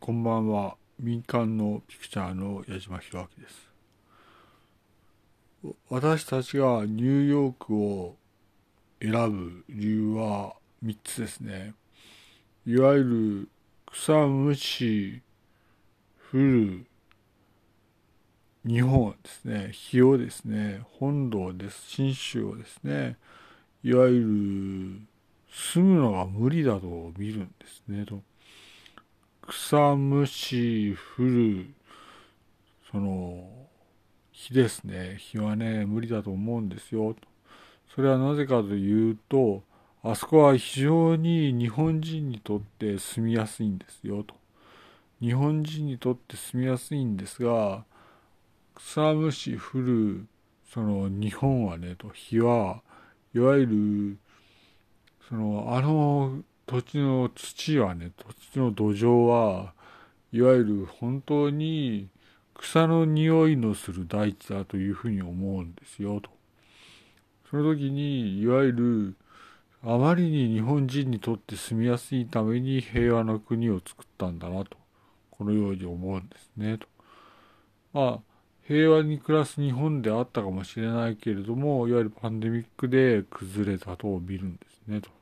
こんばんは。民間のピクチャーの矢島弘明です。私たちがニューヨークを選ぶ理由は3つですね。いわゆる草むし、降る日本ですね。日をですね、本土です。信州をですね、いわゆる住むのが無理だと見るんですね。草むし、降る、その、日ですね。日はね、無理だと思うんですよ。それはなぜかというと、あそこは非常に日本人にとって住みやすいんですよと。日本人にとって住みやすいんですが、草むし降る、その日本はね、日は、いわゆる、あの土地の土はね、土地の土壌は、いわゆる本当に草の匂いのする大地だというふうに思うんですよと。その時に、いわゆるあまりに日本人にとって住みやすいために平和な国を作ったんだなと、このように思うんですねと。まあ、平和に暮らす日本であったかもしれないけれども、いわゆるパンデミックで崩れたと見るんですねと。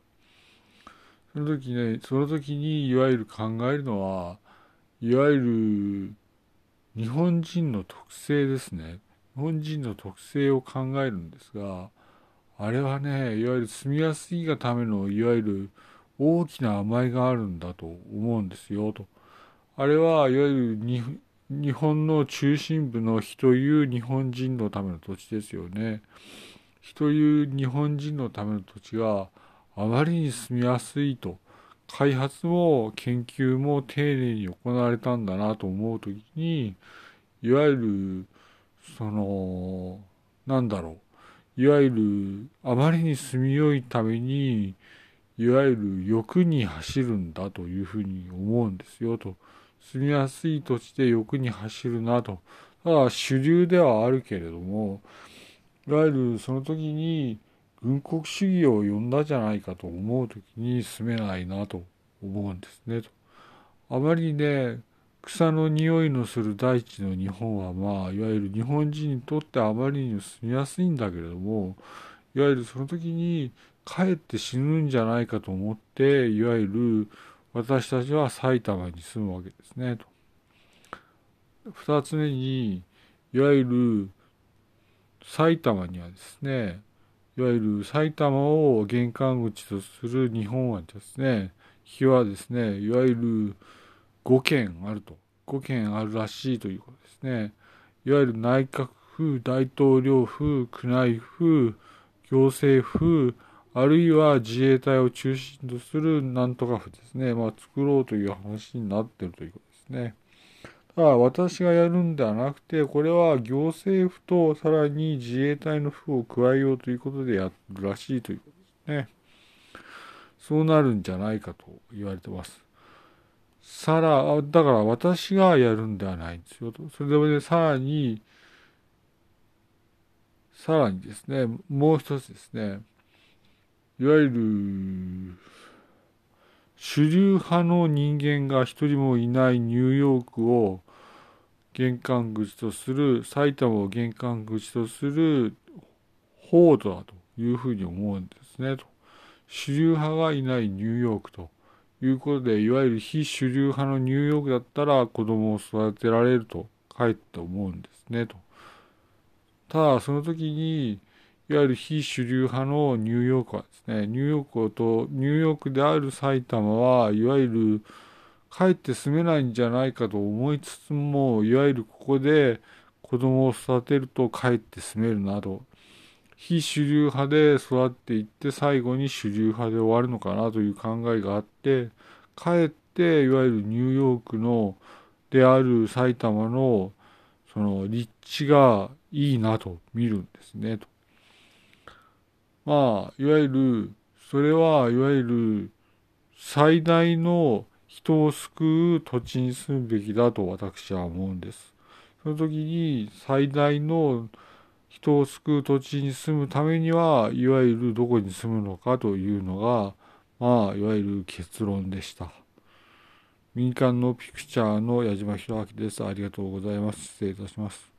その時にいわゆる考えるのは、いわゆる日本人の特性ですね。日本人の特性を考えるんですが、あれはね、いわゆる住みやすいがための、いわゆる大きな甘えがあるんだと思うんですよ、と。あれは、いわゆる日本の中心部の日という日本人のための土地ですよね。日という日本人のための土地があまりに住みやすいと、開発も研究も丁寧に行われたんだなと思うときに、いわゆる、その、なんだろいわゆるあまりに住みよいためにいわゆる欲に走るんだというふうに思うんですよと。住みやすい土地で欲に走るなと。ただ主流ではあるけれども、いわゆるその時に軍国主義を呼んだじゃないかと思う時に住めないなと思うんですねと。あまりね、草の匂いのする大地の日本はまあ、いわゆる日本人にとってあまりに住みやすいんだけれども、いわゆるその時に帰って死ぬんじゃないかと思って、いわゆる私たちは埼玉に住むわけですねと。二つ目に、いわゆる埼玉にはですね、いわゆる埼玉を玄関口とする日本はですね、日はですね、いわゆる5県あると。5県あるらしいということですね。いわゆる内閣府、大統領府、宮内府、行政府、あるいは自衛隊を中心とするなんとか府ですね。まあ、作ろうという話になっているということですね。ただ、私がやるんではなくて、これは行政府とさらに自衛隊の府を加えようということでやるらしいということですね。そうなるんじゃないかと言われてます。だから私がやるんではないんですよと。それでさらにですね、もう一つですね、いわゆる主流派の人間が一人もいないニューヨークを玄関口とする、埼玉を玄関口とする法度だというふうに思うんですねと。主流派がいないニューヨークということで、いわゆる非主流派のニューヨークだったら子供を育てられるとかえって思うんですねと。ただその時にいわゆる非主流派のニューヨークはですね、ニューヨークである埼玉はいわゆるかえって住めないんじゃないかと思いつつも、いわゆるここで子供を育てるとかえって住めるなど、非主流派で育っていって最後に主流派で終わるのかなという考えがあって、かえっていわゆるニューヨークのである埼玉のその立地がいいなと見るんですねと。まあ、それはいわゆる最大の人を救う土地に住むべきだと私は思うんです。その時に最大の人を救う土地に住むためには、いわゆるどこに住むのかというのが、まあ、いわゆる結論でした。 民間のピクチャーの矢島弘明です。ありがとうございます。失礼いたします。